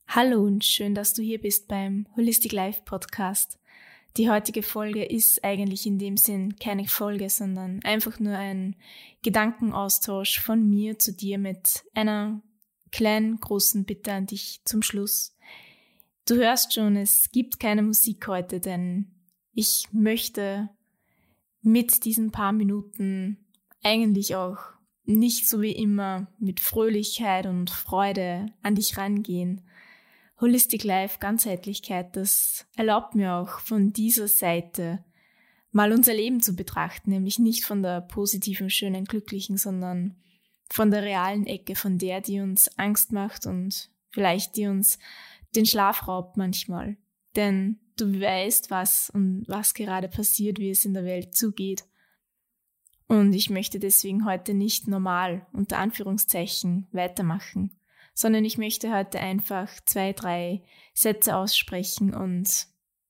Hallo und schön, dass du hier bist beim Holistic Life Podcast. Die heutige Folge ist eigentlich in dem Sinn keine Folge, sondern einfach nur ein Gedankenaustausch von mir zu dir mit einer kleinen, großen Bitte an dich zum Schluss. Du hörst schon, es gibt keine Musik heute, denn ich möchte mit diesen paar Minuten eigentlich auch nicht so wie immer mit Fröhlichkeit und Freude an dich rangehen. Holistic Life, Ganzheitlichkeit, das erlaubt mir auch von dieser Seite mal unser Leben zu betrachten, nämlich nicht von der positiven, schönen, glücklichen, sondern von der realen Ecke, von der, die uns Angst macht und vielleicht die uns den Schlaf raubt manchmal. Denn du weißt, was gerade passiert, wie es in der Welt zugeht. Und ich möchte deswegen heute nicht normal, unter Anführungszeichen, weitermachen, sondern ich möchte heute einfach 2, 3 Sätze aussprechen und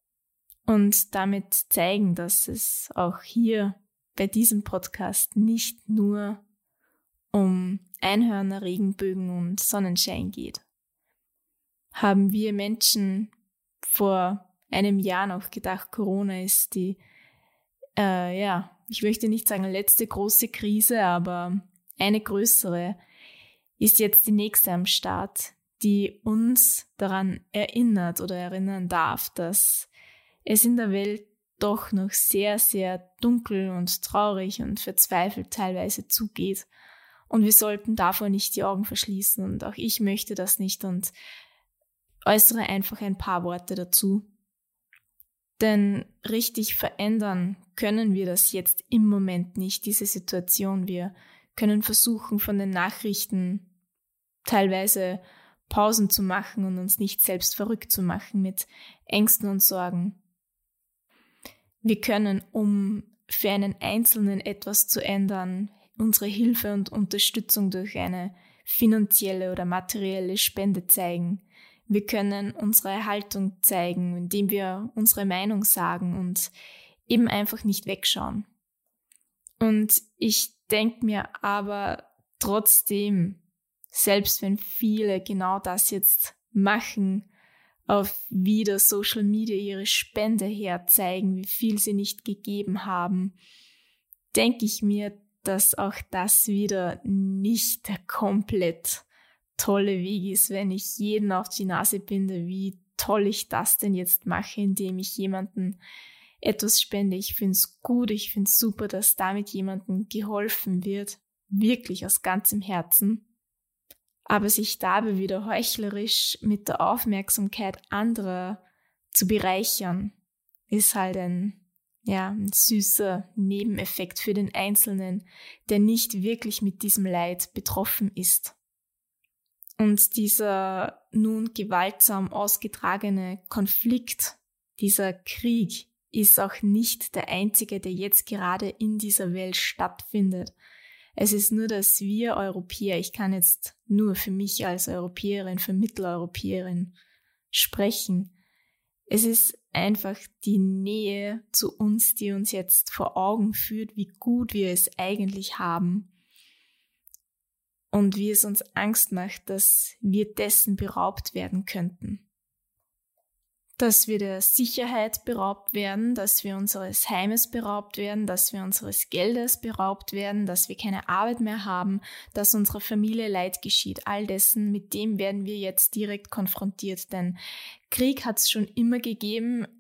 damit zeigen, dass es auch hier bei diesem Podcast nicht nur um Einhörner, Regenbögen und Sonnenschein geht. Haben wir Menschen vor einem Jahr noch gedacht, Corona ist die, ich möchte nicht sagen letzte große Krise, aber eine größere, ist jetzt die nächste am Start, die uns daran erinnert oder erinnern darf, dass es in der Welt doch noch sehr, sehr dunkel und traurig und verzweifelt teilweise zugeht. Und wir sollten davor nicht die Augen verschließen. Und auch ich möchte das nicht und äußere einfach ein paar Worte dazu. Denn richtig verändern können wir das jetzt im Moment nicht, diese Situation. Wir können versuchen, von den Nachrichten teilweise Pausen zu machen und uns nicht selbst verrückt zu machen mit Ängsten und Sorgen. Wir können, um für einen Einzelnen etwas zu ändern, unsere Hilfe und Unterstützung durch eine finanzielle oder materielle Spende zeigen. Wir können unsere Haltung zeigen, indem wir unsere Meinung sagen und eben einfach nicht wegschauen. Und ich denke mir aber trotzdem, selbst wenn viele genau das jetzt machen, auf wieder Social Media ihre Spende herzeigen, wie viel sie nicht gegeben haben, denke ich mir, dass auch das wieder nicht der komplett tolle Weg ist, wenn ich jeden auf die Nase binde, wie toll ich das denn jetzt mache, indem ich jemanden etwas spende. Ich finde es gut, ich finde es super, dass damit jemandem geholfen wird, wirklich aus ganzem Herzen. Aber sich dabei wieder heuchlerisch mit der Aufmerksamkeit anderer zu bereichern, ist halt ein süßer Nebeneffekt für den Einzelnen, der nicht wirklich mit diesem Leid betroffen ist. Und dieser nun gewaltsam ausgetragene Konflikt, dieser Krieg, ist auch nicht der einzige, der jetzt gerade in dieser Welt stattfindet. Es ist nur, dass wir Europäer, ich kann jetzt nur für mich als Europäerin, für Mitteleuropäerin sprechen. Es ist einfach die Nähe zu uns, die uns jetzt vor Augen führt, wie gut wir es eigentlich haben und wie es uns Angst macht, dass wir dessen beraubt werden könnten. Dass wir der Sicherheit beraubt werden, dass wir unseres Heimes beraubt werden, dass wir unseres Geldes beraubt werden, dass wir keine Arbeit mehr haben, dass unserer Familie Leid geschieht. All dessen, mit dem werden wir jetzt direkt konfrontiert, denn Krieg hat es schon immer gegeben,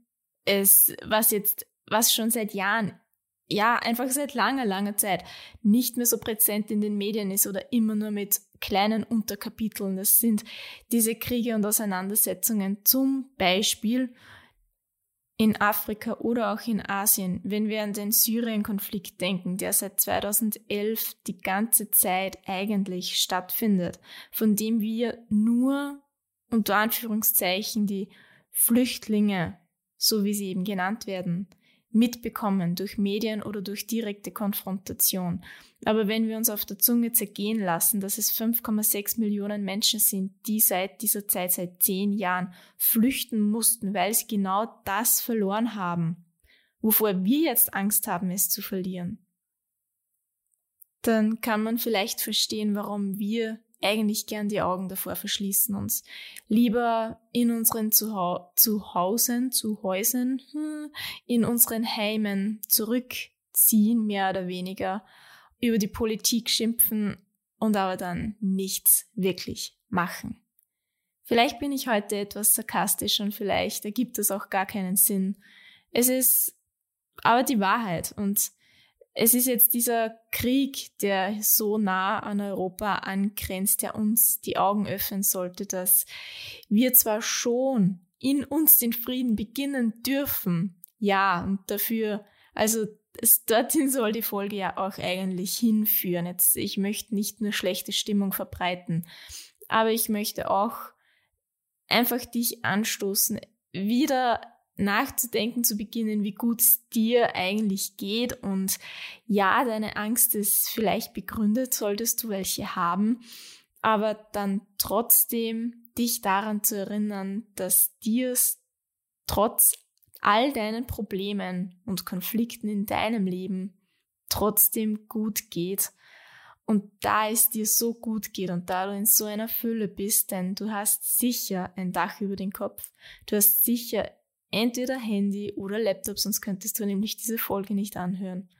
was schon seit Jahren, einfach seit langer Zeit nicht mehr so präsent in den Medien ist oder immer nur mit kleinen Unterkapiteln. Das sind diese Kriege und Auseinandersetzungen zum Beispiel in Afrika oder auch in Asien. Wenn wir an den Syrien-Konflikt denken, der seit 2011 die ganze Zeit eigentlich stattfindet, von dem wir nur unter Anführungszeichen die Flüchtlinge, so wie sie eben genannt werden, mitbekommen durch Medien oder durch direkte Konfrontation. Aber wenn wir uns auf der Zunge zergehen lassen, dass es 5,6 Millionen Menschen sind, die seit dieser Zeit, seit 10 Jahren flüchten mussten, weil sie genau das verloren haben, wovor wir jetzt Angst haben, es zu verlieren, dann kann man vielleicht verstehen, warum wir eigentlich gern die Augen davor verschließen, uns lieber in unseren Zuhäusern, in unseren Heimen zurückziehen, mehr oder weniger, über die Politik schimpfen und aber dann nichts wirklich machen. Vielleicht bin ich heute etwas sarkastisch und vielleicht ergibt es auch gar keinen Sinn. Es ist aber die Wahrheit und es ist jetzt dieser Krieg, der so nah an Europa angrenzt, der uns die Augen öffnen sollte, dass wir zwar schon in uns den Frieden beginnen dürfen, ja, und dafür, also dorthin soll die Folge ja auch eigentlich hinführen. Jetzt, ich möchte nicht nur schlechte Stimmung verbreiten, aber ich möchte auch einfach dich anstoßen, wieder nachzudenken zu beginnen, wie gut es dir eigentlich geht. Und ja, deine Angst ist vielleicht begründet, solltest du welche haben, aber dann trotzdem dich daran zu erinnern, dass dir es trotz all deinen Problemen und Konflikten in deinem Leben trotzdem gut geht. Und da es dir so gut geht und da du in so einer Fülle bist, denn du hast sicher ein Dach über den Kopf, du hast sicher entweder Handy oder Laptop, sonst könntest du nämlich diese Folge nicht anhören.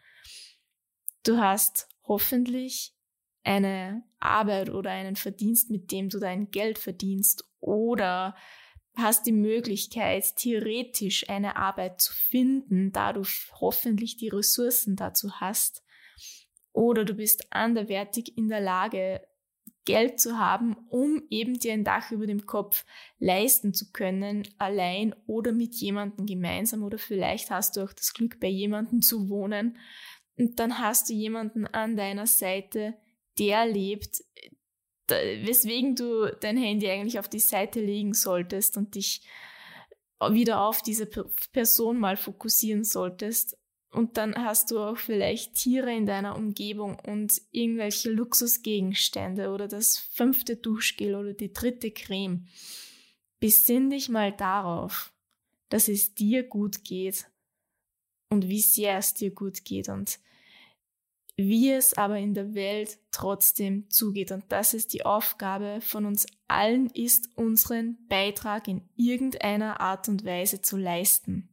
Du hast hoffentlich eine Arbeit oder einen Verdienst, mit dem du dein Geld verdienst, oder hast die Möglichkeit, theoretisch eine Arbeit zu finden, da du hoffentlich die Ressourcen dazu hast. Oder du bist anderweitig in der Lage, Geld zu haben, um eben dir ein Dach über dem Kopf leisten zu können, allein oder mit jemandem gemeinsam, oder vielleicht hast du auch das Glück, bei jemandem zu wohnen und dann hast du jemanden an deiner Seite, der lebt, weswegen du dein Handy eigentlich auf die Seite legen solltest und dich wieder auf diese Person mal fokussieren solltest. Und dann hast du auch vielleicht Tiere in deiner Umgebung und irgendwelche Luxusgegenstände oder das 5. Duschgel oder die 3. Creme. Besinn dich mal darauf, dass es dir gut geht und wie sehr es dir gut geht und wie es aber in der Welt trotzdem zugeht. Und dass es die Aufgabe von uns allen ist, unseren Beitrag in irgendeiner Art und Weise zu leisten.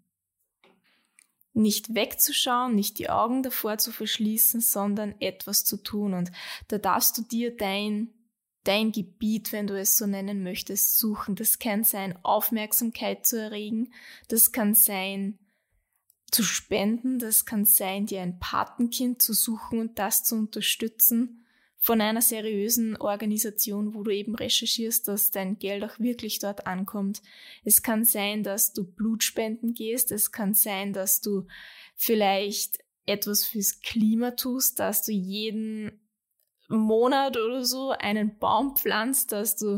Nicht wegzuschauen, nicht die Augen davor zu verschließen, sondern etwas zu tun. Und da darfst du dir dein Gebiet, wenn du es so nennen möchtest, suchen. Das kann sein, Aufmerksamkeit zu erregen. Das kann sein, zu spenden. Das kann sein, dir ein Patenkind zu suchen und das zu unterstützen von einer seriösen Organisation, wo du eben recherchierst, dass dein Geld auch wirklich dort ankommt. Es kann sein, dass du Blutspenden gehst. Es kann sein, dass du vielleicht etwas fürs Klima tust, dass du jeden Monat oder so einen Baum pflanzt, dass du,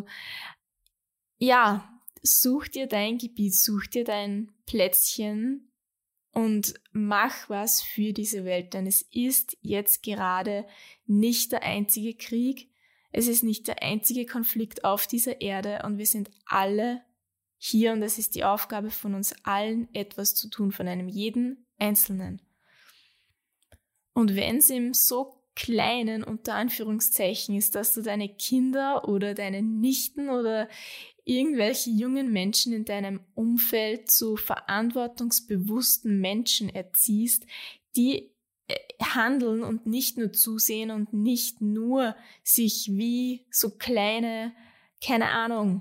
such dir dein Gebiet, such dir dein Plätzchen und mach was für diese Welt, denn es ist jetzt gerade nicht der einzige Krieg, es ist nicht der einzige Konflikt auf dieser Erde und wir sind alle hier und es ist die Aufgabe von uns allen, etwas zu tun, von einem jeden Einzelnen. Und wenn es im so kleinen, unter Anführungszeichen, ist, dass du deine Kinder oder deine Nichten oder irgendwelche jungen Menschen in deinem Umfeld zu verantwortungsbewussten Menschen erziehst, die handeln und nicht nur zusehen und nicht nur sich wie so kleine, keine Ahnung,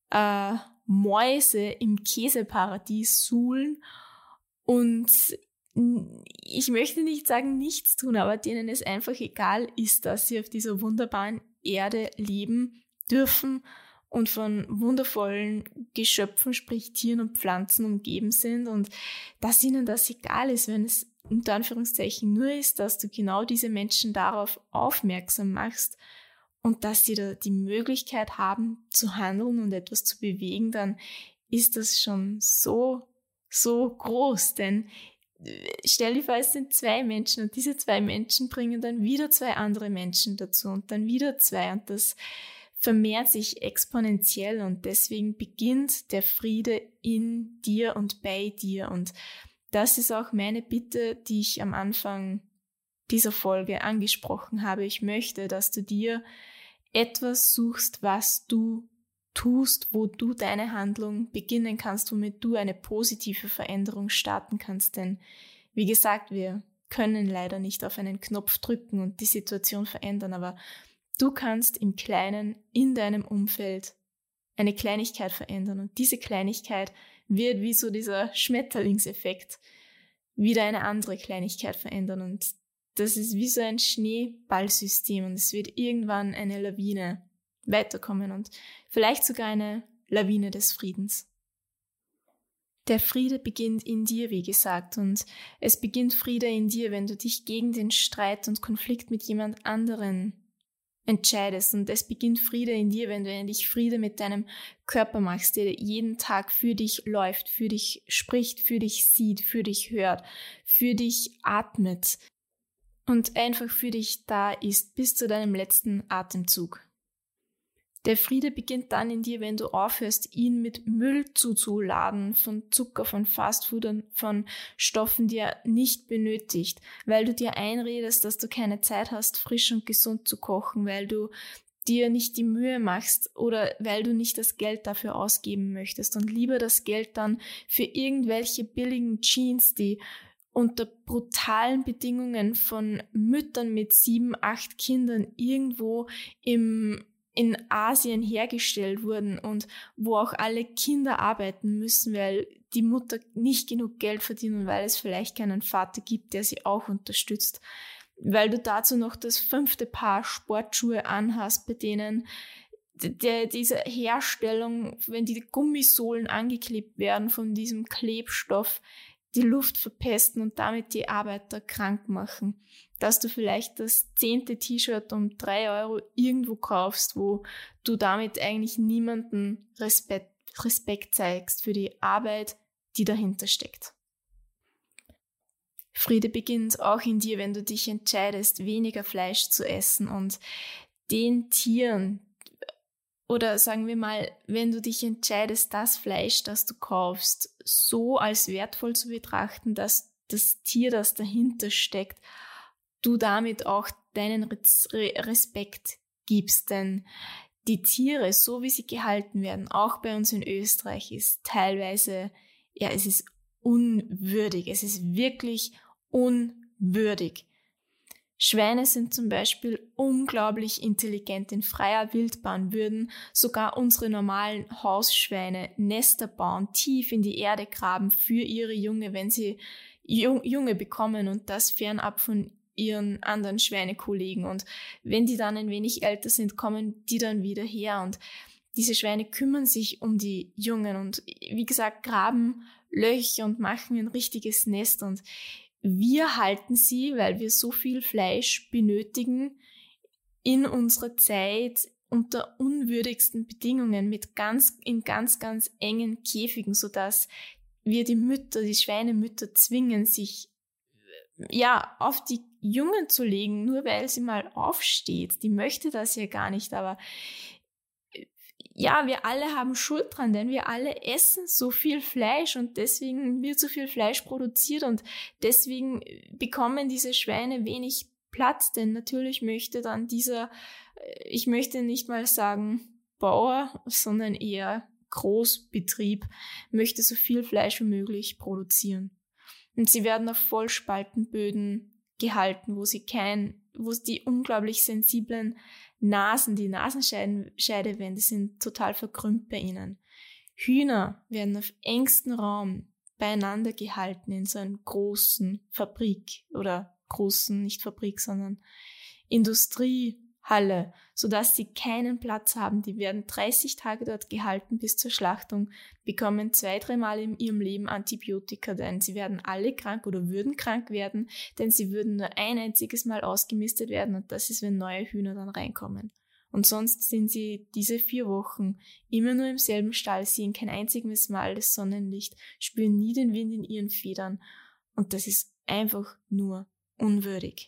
Mäuse im Käseparadies suhlen und ich möchte nicht sagen, nichts tun, aber denen es einfach egal ist, dass sie auf dieser wunderbaren Erde leben dürfen und von wundervollen Geschöpfen, sprich Tieren und Pflanzen umgeben sind und dass ihnen das egal ist, wenn es unter Anführungszeichen nur ist, dass du genau diese Menschen darauf aufmerksam machst und dass sie da die Möglichkeit haben zu handeln und etwas zu bewegen, dann ist das schon so, so groß, denn stell dir vor, es sind 2 Menschen und diese 2 Menschen bringen dann wieder 2 andere Menschen dazu und dann wieder 2 und das vermehrt sich exponentiell und deswegen beginnt der Friede in dir und bei dir und das ist auch meine Bitte, die ich am Anfang dieser Folge angesprochen habe. Ich möchte, dass du dir etwas suchst, was du tust, wo du deine Handlung beginnen kannst, womit du eine positive Veränderung starten kannst. Denn wie gesagt, wir können leider nicht auf einen Knopf drücken und die Situation verändern, aber du kannst im Kleinen in deinem Umfeld eine Kleinigkeit verändern und diese Kleinigkeit wird wie so dieser Schmetterlingseffekt wieder eine andere Kleinigkeit verändern und das ist wie so ein Schneeballsystem und es wird irgendwann eine Lawine weiterkommen und vielleicht sogar eine Lawine des Friedens. Der Friede beginnt in dir, wie gesagt, und es beginnt Friede in dir, wenn du dich gegen den Streit und Konflikt mit jemand anderen entscheidest. Und es beginnt Friede in dir, wenn du endlich Friede mit deinem Körper machst, der jeden Tag für dich läuft, für dich spricht, für dich sieht, für dich hört, für dich atmet und einfach für dich da ist bis zu deinem letzten Atemzug. Der Friede beginnt dann in dir, wenn du aufhörst, ihn mit Müll zuzuladen, von Zucker, von Fastfood und von Stoffen, die er nicht benötigt, weil du dir einredest, dass du keine Zeit hast, frisch und gesund zu kochen, weil du dir nicht die Mühe machst oder weil du nicht das Geld dafür ausgeben möchtest und lieber das Geld dann für irgendwelche billigen Jeans, die unter brutalen Bedingungen von Müttern mit 7, 8 Kindern irgendwo in Asien hergestellt wurden und wo auch alle Kinder arbeiten müssen, weil die Mutter nicht genug Geld verdient und weil es vielleicht keinen Vater gibt, der sie auch unterstützt. Weil du dazu noch das 5. Paar Sportschuhe anhast, bei denen diese Herstellung, wenn die Gummisohlen angeklebt werden von diesem Klebstoff, die Luft verpesten und damit die Arbeiter krank machen. Dass du vielleicht das 10. T-Shirt um 3 € irgendwo kaufst, wo du damit eigentlich niemanden Respekt zeigst für die Arbeit, die dahinter steckt. Friede beginnt auch in dir, wenn du dich entscheidest, weniger Fleisch zu essen und den Tieren, oder sagen wir mal, wenn du dich entscheidest, das Fleisch, das du kaufst, so als wertvoll zu betrachten, dass das Tier, das dahinter steckt, du damit auch deinen Respekt gibst. Denn die Tiere, so wie sie gehalten werden, auch bei uns in Österreich, ist teilweise, ja, es ist unwürdig. Es ist wirklich unwürdig. Schweine sind zum Beispiel unglaublich intelligent. In freier Wildbahn würden sogar unsere normalen Hausschweine Nester bauen, tief in die Erde graben für ihre Junge, wenn sie Junge bekommen und das fernab von ihren anderen Schweinekollegen. Und wenn die dann ein wenig älter sind, kommen die dann wieder her und diese Schweine kümmern sich um die Jungen und wie gesagt, graben Löcher und machen ein richtiges Nest und wir halten sie, weil wir so viel Fleisch benötigen, in unserer Zeit unter unwürdigsten Bedingungen in ganz engen Käfigen, sodass wir die Schweinemütter zwingen, sich auf die Jungen zu legen, nur weil sie mal aufsteht. Die möchte das ja gar nicht, aber ja, wir alle haben Schuld dran, denn wir alle essen so viel Fleisch und deswegen wird so viel Fleisch produziert und deswegen bekommen diese Schweine wenig Platz, denn natürlich möchte dann ich möchte nicht mal sagen Bauer, sondern eher Großbetrieb, möchte so viel Fleisch wie möglich produzieren. Und sie werden auf Vollspaltenböden gehalten, wo die unglaublich sensiblen die Nasenscheidewände sind total verkrümmt bei ihnen. Hühner werden auf engstem Raum beieinander gehalten in so einer großen Fabrik oder nicht Fabrik, sondern Industriehalle, sodass sie keinen Platz haben. Die werden 30 Tage dort gehalten bis zur Schlachtung, bekommen 2-3 Mal in ihrem Leben Antibiotika, denn sie werden alle krank oder würden krank werden, denn sie würden nur ein einziges Mal ausgemistet werden und das ist, wenn neue Hühner dann reinkommen. Und sonst sind sie diese 4 Wochen immer nur im selben Stall, sehen kein einziges Mal das Sonnenlicht, spüren nie den Wind in ihren Federn und das ist einfach nur unwürdig.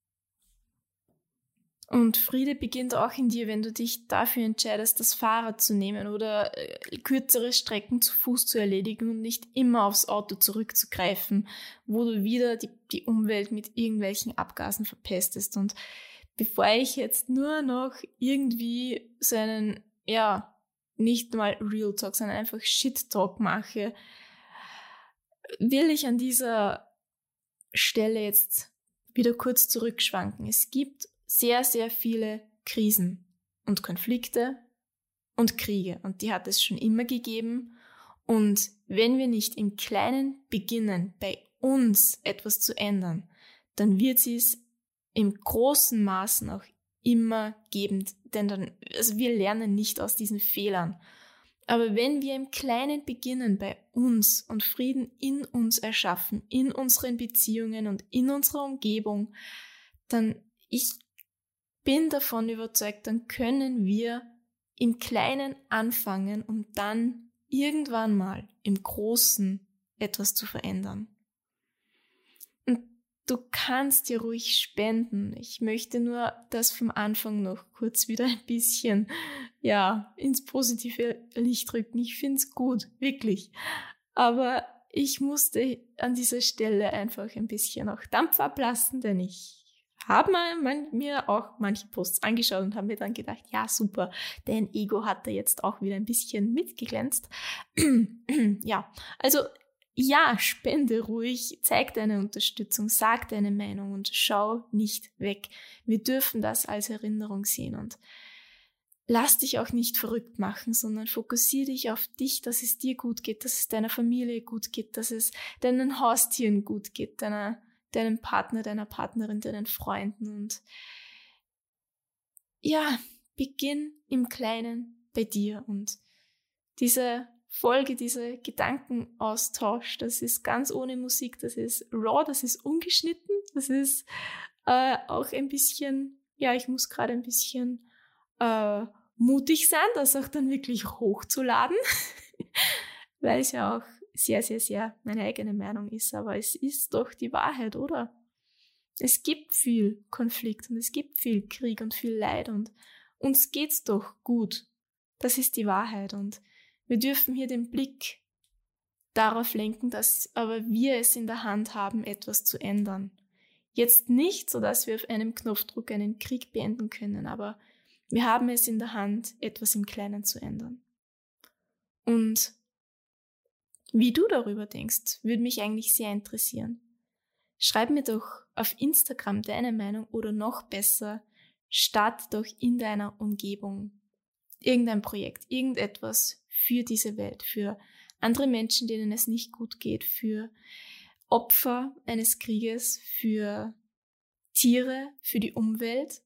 Und Friede beginnt auch in dir, wenn du dich dafür entscheidest, das Fahrrad zu nehmen oder kürzere Strecken zu Fuß zu erledigen und nicht immer aufs Auto zurückzugreifen, wo du wieder die Umwelt mit irgendwelchen Abgasen verpestest. Und bevor ich jetzt nur noch irgendwie so einen, nicht mal Real Talk, sondern einfach Shit Talk mache, will ich an dieser Stelle jetzt wieder kurz zurückschwanken. Es gibt sehr, sehr viele Krisen und Konflikte und Kriege und die hat es schon immer gegeben. Und wenn wir nicht im Kleinen beginnen, bei uns etwas zu ändern, dann wird sie es im großen Maßen auch immer geben, denn wir lernen nicht aus diesen Fehlern. Aber wenn wir im Kleinen beginnen bei uns und Frieden in uns erschaffen, in unseren Beziehungen und in unserer Umgebung, dann, ich bin davon überzeugt, dann können wir im Kleinen anfangen, um dann irgendwann mal im Großen etwas zu verändern. Und du kannst dir ruhig spenden. Ich möchte nur das vom Anfang noch kurz wieder ein bisschen, ins positive Licht rücken. Ich finde es gut, wirklich. Aber ich musste an dieser Stelle einfach ein bisschen auch Dampf ablassen, denn ich habe mir auch manche Posts angeschaut und habe mir dann gedacht, ja super, dein Ego hat da jetzt auch wieder ein bisschen mitgeglänzt. Spende ruhig, zeig deine Unterstützung, sag deine Meinung und schau nicht weg. Wir dürfen das als Erinnerung sehen und lass dich auch nicht verrückt machen, sondern fokussiere dich auf dich, dass es dir gut geht, dass es deiner Familie gut geht, dass es deinen Haustieren gut geht, deinem Partner, deiner Partnerin, deinen Freunden und beginn im Kleinen bei dir und diese Folge, dieser Gedankenaustausch, das ist ganz ohne Musik, das ist raw, das ist ungeschnitten, das ist auch ein bisschen, ich muss gerade ein bisschen mutig sein, das auch dann wirklich hochzuladen, weil es ja auch sehr, sehr, sehr meine eigene Meinung ist, aber es ist doch die Wahrheit, oder? Es gibt viel Konflikt und es gibt viel Krieg und viel Leid und uns geht's doch gut. Das ist die Wahrheit und wir dürfen hier den Blick darauf lenken, dass aber wir es in der Hand haben, etwas zu ändern. Jetzt nicht, so dass wir auf einem Knopfdruck einen Krieg beenden können, aber wir haben es in der Hand, etwas im Kleinen zu ändern. Und wie du darüber denkst, würde mich eigentlich sehr interessieren. Schreib mir doch auf Instagram deine Meinung oder noch besser, starte doch in deiner Umgebung irgendein Projekt, irgendetwas für diese Welt, für andere Menschen, denen es nicht gut geht, für Opfer eines Krieges, für Tiere, für die Umwelt.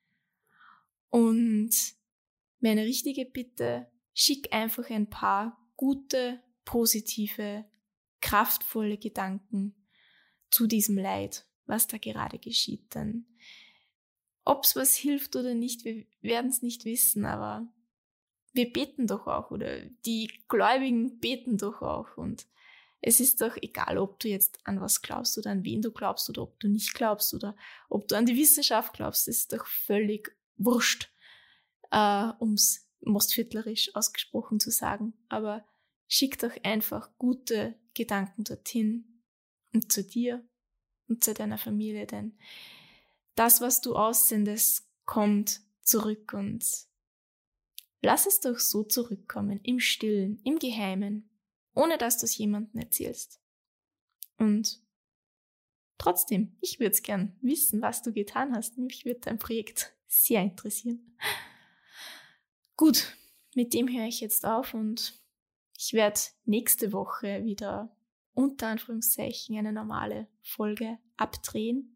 Und meine richtige Bitte, schick einfach ein paar gute, positive, kraftvolle Gedanken zu diesem Leid, was da gerade geschieht. Denn ob es was hilft oder nicht, wir werden es nicht wissen, aber wir beten doch auch oder die Gläubigen beten doch auch und es ist doch egal, ob du jetzt an was glaubst oder an wen du glaubst oder ob du nicht glaubst oder ob du an die Wissenschaft glaubst, es ist doch völlig wurscht, um's mostviertlerisch ausgesprochen zu sagen, aber schick doch einfach gute Gedanken dorthin und zu dir und zu deiner Familie, denn das, was du aussendest, kommt zurück und lass es doch so zurückkommen, im Stillen, im Geheimen, ohne dass du es jemandem erzählst. Und trotzdem, ich würde es gern wissen, was du getan hast. Mich würde dein Projekt sehr interessieren. Gut, mit dem höre ich jetzt auf und ich werde nächste Woche wieder unter Anführungszeichen eine normale Folge abdrehen.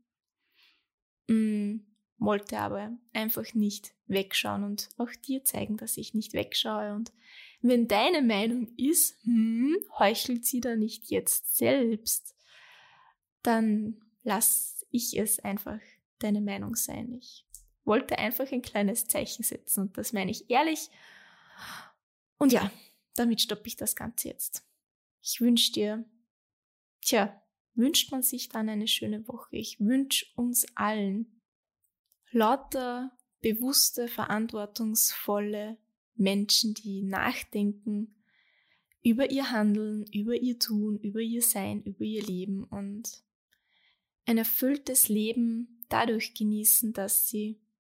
Wollte aber einfach nicht wegschauen und auch dir zeigen, dass ich nicht wegschaue. Und wenn deine Meinung ist, heuchelt sie da nicht jetzt selbst, dann lass ich es einfach deine Meinung sein. Ich wollte einfach ein kleines Zeichen setzen und das meine ich ehrlich. Und damit stoppe ich das Ganze jetzt. Ich wünsche dir, wünscht man sich dann eine schöne Woche. Ich wünsche uns allen lauter, bewusste, verantwortungsvolle Menschen, die nachdenken über ihr Handeln, über ihr Tun, über ihr Sein, über ihr Leben und ein erfülltes Leben dadurch genießen, dass sie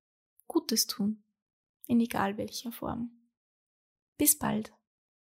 Gutes tun, in egal welcher Form. Bis bald.